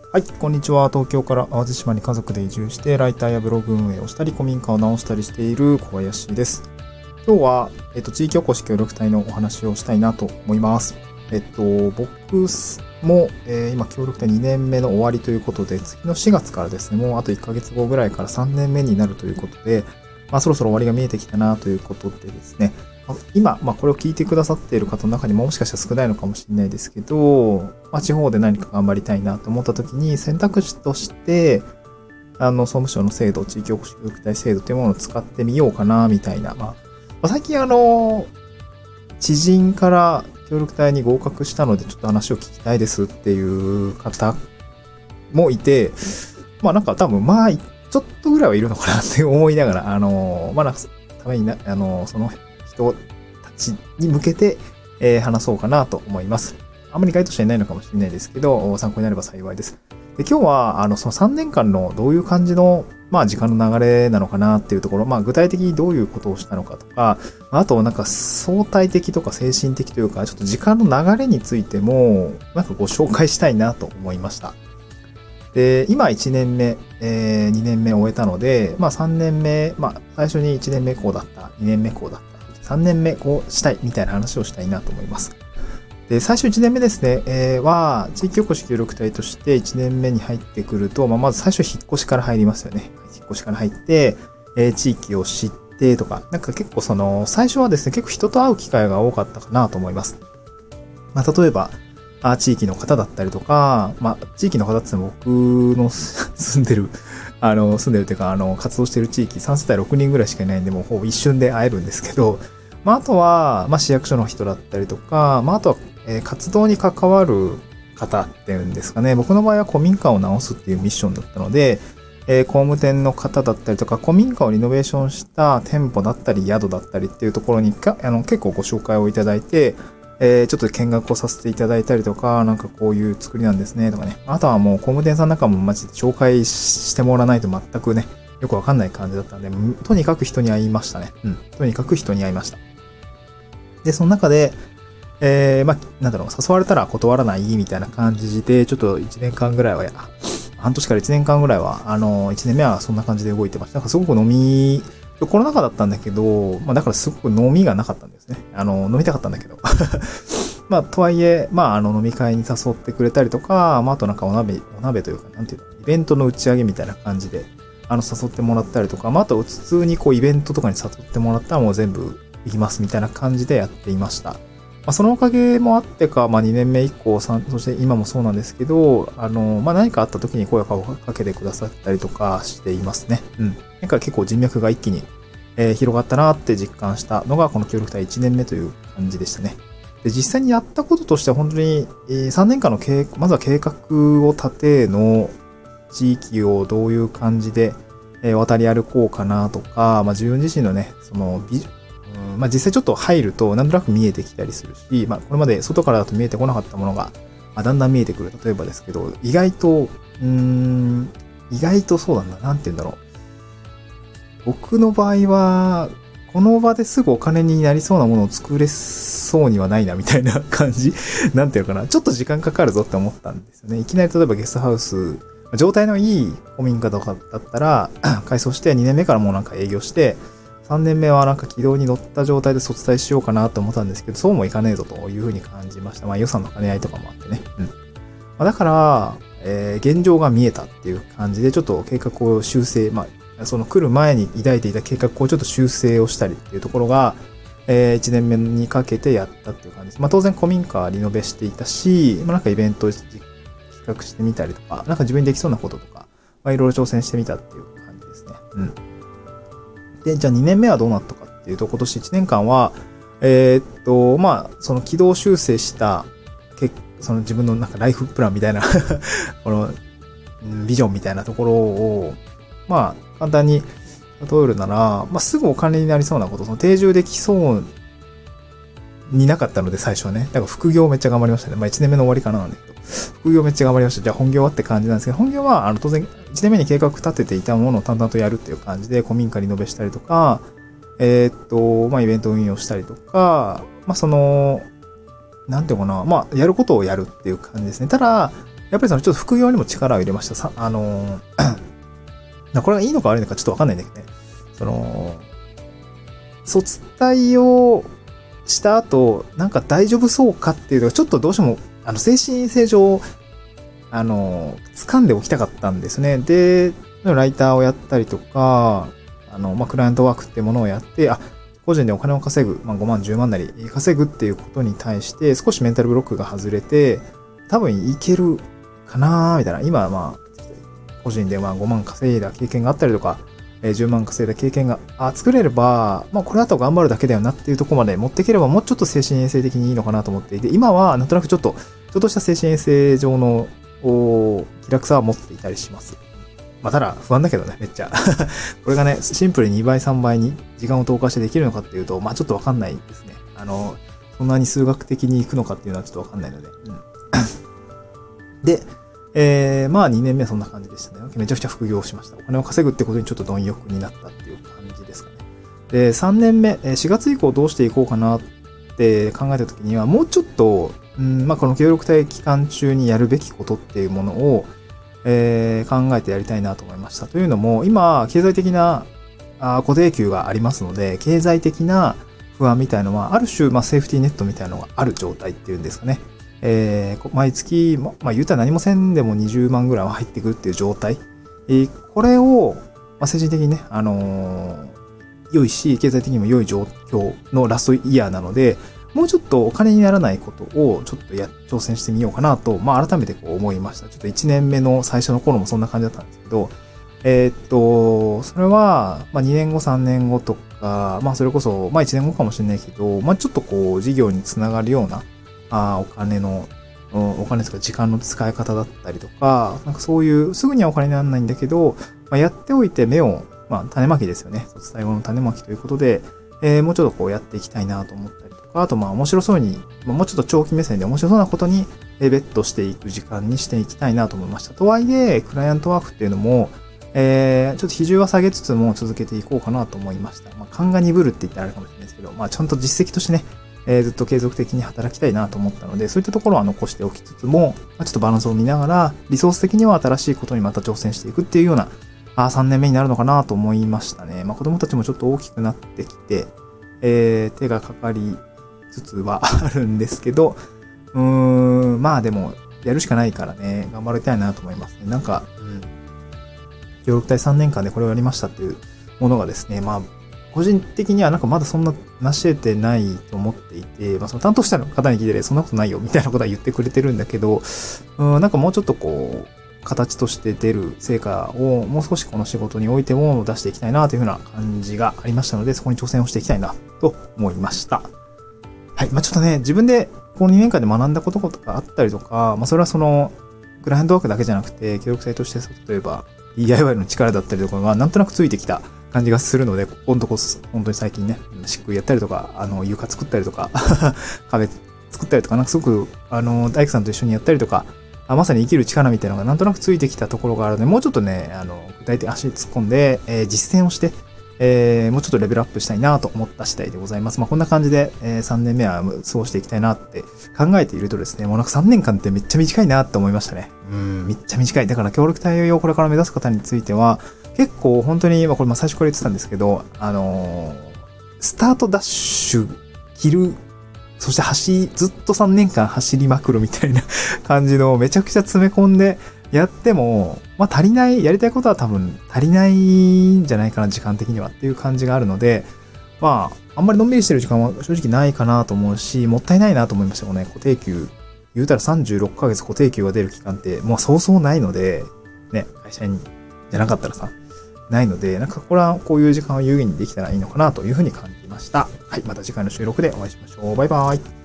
はい、こんにちは。東京から淡路島に家族で移住して、ライターやブログ運営をしたり、古民家を直したりしている小林です。今日は、地域おこし協力隊のお話をしたいなと思います。僕も、今、協力隊2年目の終わりということで、次の4月からですね、もうあと1ヶ月後ぐらいから3年目になるということで、そろそろ終わりが見えてきたなということでですね、今、これを聞いてくださっている方の中にもしかしたら少ないのかもしれないですけど、地方で何か頑張りたいなと思った時に選択肢として、総務省の制度、地域おこし協力隊制度というものを使ってみようかな、みたいな。最近知人から協力隊に合格したのでちょっと話を聞きたいですっていう方もいて、なんか多分ちょっとぐらいはいるのかなって思いながら、なんかためにその人たちに向けて、話そうかなと思います。あんまり該当者いないのかもしれないですけど、参考になれば幸いです。で、今日は、その3年間のどういう感じの、時間の流れなのかなっていうところ、具体的にどういうことをしたのかとか、あと、なんか相対的とか精神的というか、ちょっと時間の流れについても、なんかご紹介したいなと思いました。で、今1年目、2年目終えたので、3年目、最初に1年目こうだった、2年目こうだった、3年目こうしたいみたいな話をしたいなと思います。で、最初1年目ですね、は、地域おこし協力隊として1年目に入ってくると、まず最初引っ越しから入りますよね。引っ越しから入って、地域を知ってとか、なんか結構最初はですね、結構人と会う機会が多かったかなと思います。例えば、地域の方だったりとか、地域の方って僕の住んでるというか、活動してる地域3世帯6人ぐらいしかいないんで、もうほぼ一瞬で会えるんですけど、あとは、市役所の人だったりとか、あとは、活動に関わる方っていうんですかね。僕の場合は古民家を直すっていうミッションだったので、工務店の方だったりとか、古民家をリノベーションした店舗だったり、宿だったりっていうところに結構ご紹介をいただいて、ちょっと見学をさせていただいたりとか、なんかこういう作りなんですねとかね。あとはもう工務店さんなんかもマジで紹介してもらわないと全くね、よくわかんない感じだったんで、とにかく人に会いましたね。とにかく人に会いました。で、その中で、誘われたら断らないみたいな感じで、ちょっと1年間ぐらいは、半年から1年間ぐらいは、1年目はそんな感じで動いてました。なんかすごくコロナ禍だったんだけど、だからすごく飲みがなかったんですね。飲みたかったんだけど。とはいえ、飲み会に誘ってくれたりとか、あとなんかお鍋というか、なんていうの、イベントの打ち上げみたいな感じで、誘ってもらったりとか、あと普通にこうイベントとかに誘ってもらったらもう全部行きますみたいな感じでやっていました。そのおかげもあってか、2年目以降、そして今もそうなんですけど、何かあった時に声をかけてくださったりとかしていますね。なんか結構人脈が一気に、広がったなって実感したのが、この協力隊1年目という感じでしたね。で、実際にやったこととしては本当に、3年間のまずは計画を立ての地域をどういう感じで、渡り歩こうかなとか、自分自身のね、実際ちょっと入るとなんとなく見えてきたりするし、これまで外からだと見えてこなかったものが、だんだん見えてくる。例えばですけど、意外とそうだな、なんて言うんだろう。僕の場合は、この場ですぐお金になりそうなものを作れそうにはないな、みたいな感じなんていうのかな。ちょっと時間かかるぞって思ったんですよね。いきなり例えばゲストハウス、状態のいい古民家とかだったら、改装して2年目からもうなんか営業して、3年目はなんか軌道に乗った状態で卒退しようかなと思ったんですけど、そうもいかねえぞというふうに感じました。予算の兼ね合いとかもあってね。だから、現状が見えたっていう感じで、ちょっと計画を修正、その来る前に抱いていた計画をちょっと修正をしたりっていうところが、1年目にかけてやったっていう感じです。当然古民家はリノベしていたし、なんかイベントを企画してみたりとか、なんか自分にできそうなこととか、いろいろ挑戦してみたっていう感じですね。で、じゃあ2年目はどうなったかっていうと、今年1年間は、その軌道修正した、その自分のなんかライフプランみたいなこの、ビジョンみたいなところを、簡単に例えるなら、すぐお金になりそうなこと、その定住できそうになかったので、最初はね。だから副業めっちゃ頑張りましたね。1年目の終わりかななんだけど。副業めっちゃ頑張りました。じゃあ本業はって感じなんですけど、本業は、当然、1年目に計画立てていたものを淡々とやるっていう感じで、古民家リノベしたりとか、イベント運用したりとか、なんていうかな、やることをやるっていう感じですね。ただ、 やっぱりそのちょっと副業にも力を入れました。これがいいのか悪いのかちょっとわかんないんだけどね。卒退をした後、なんか大丈夫そうかっていうのがちょっとどうしても、精神性上、掴んでおきたかったんですね。で、ライターをやったりとか、クライアントワークっていうものをやって、個人でお金を稼ぐ、5万、10万なり稼ぐっていうことに対して、少しメンタルブロックが外れて、多分いけるかなーみたいな。今は個人で5万稼いだ経験があったりとか、10万稼いだ経験が作れれば、これあと頑張るだけだよなっていうところまで持っていければ、もうちょっと精神衛生的にいいのかなと思っていて、今はなんとなくちょっとした精神衛生上の気楽さは持っていたりします。ただ不安だけどね、めっちゃ。これがね、シンプルに2倍、3倍に時間を投下してできるのかっていうと、ちょっとわかんないですね。そんなに数学的にいくのかっていうのはちょっとわかんないので。で、2年目はそんな感じでしたね。めちゃくちゃ副業しました。お金を稼ぐってことにちょっと貪欲になったっていう感じですかね。で、3年目、4月以降どうしていこうかなって考えたときには、もうちょっと、この協力隊期間中にやるべきことっていうものを、考えてやりたいなと思いました。というのも、今、経済的な固定給がありますので、経済的な不安みたいのは、ある種、セーフティーネットみたいなのがある状態っていうんですかね。毎月、言うたら何もせんでも20万ぐらいは入ってくるっていう状態。これを、精神的にね、良いし、経済的にも良い状況のラストイヤーなので、もうちょっとお金にならないことをちょっと挑戦してみようかなと、改めて思いました。ちょっと1年目の最初の頃もそんな感じだったんですけど、それは、2年後、3年後とか、それこそ、1年後かもしれないけど、ちょっと事業につながるような、お金とか時間の使い方だったりとか、そういう、すぐにはお金にならないんだけど、やっておいて目を、種まきですよね。卒最後の種まきということで、もうちょっとやっていきたいなと思ったりとか、あと面白そうに、もうちょっと長期目線で面白そうなことに、ベットしていく時間にしていきたいなと思いました。とはいえ、クライアントワークっていうのも、ちょっと比重は下げつつも続けていこうかなと思いました。勘が鈍るって言ったらあれかもしれないですけど、ちゃんと実績としてね、ずっと継続的に働きたいなと思ったので、そういったところは残しておきつつも、ちょっとバランスを見ながら、リソース的には新しいことにまた挑戦していくっていうような、3年目になるのかなと思いましたね。子供たちもちょっと大きくなってきて、手がかかりつつはあるんですけど、でも、やるしかないからね、頑張りたいなと思いますね。協力隊3年間でこれをやりましたっていうものがですね、個人的にはまだそんな成し得てないと思っていて、その担当者の方に聞いてそんなことないよみたいなことは言ってくれてるんだけど、もうちょっと形として出る成果をもう少しこの仕事においても出していきたいなというふうな感じがありましたので、そこに挑戦をしていきたいなと思いました。はい。ちょっとね、自分でこの2年間で学んだこととかあったりとか、それはその、クライアントワークだけじゃなくて、協力隊として例えば DIY の力だったりとかがなんとなくついてきた感じがするので、今度こそ本当に最近ね、漆喰やったりとか、床作ったりとか、壁作ったりとか、すごく、大工さんと一緒にやったりとか、まさに生きる力みたいなのがなんとなくついてきたところがあるので、もうちょっとね、具体的に足突っ込んで、実践をして、もうちょっとレベルアップしたいなと思った次第でございます。こんな感じで、3年目は過ごしていきたいなって考えているとですね、もう3年間ってめっちゃ短いなって思いましたね。めっちゃ短い。だから協力隊をこれから目指す方については、結構本当に、これ最初から言ってたんですけど、スタートダッシュ切る、そしてずっと3年間走りまくるみたいな感じのめちゃくちゃ詰め込んでやっても、足りない、やりたいことは多分足りないんじゃないかな、時間的にはっていう感じがあるので、あんまりのんびりしてる時間は正直ないかなと思うし、もったいないなと思いましたよね。固定給、言うたら36ヶ月固定給が出る期間って、もうそうそうないので、ね、会社員じゃなかったらさ、ないので、これはこういう時間を有意義にできたらいいのかなというふうに感じました。はい、また次回の収録でお会いしましょう。バイバイ。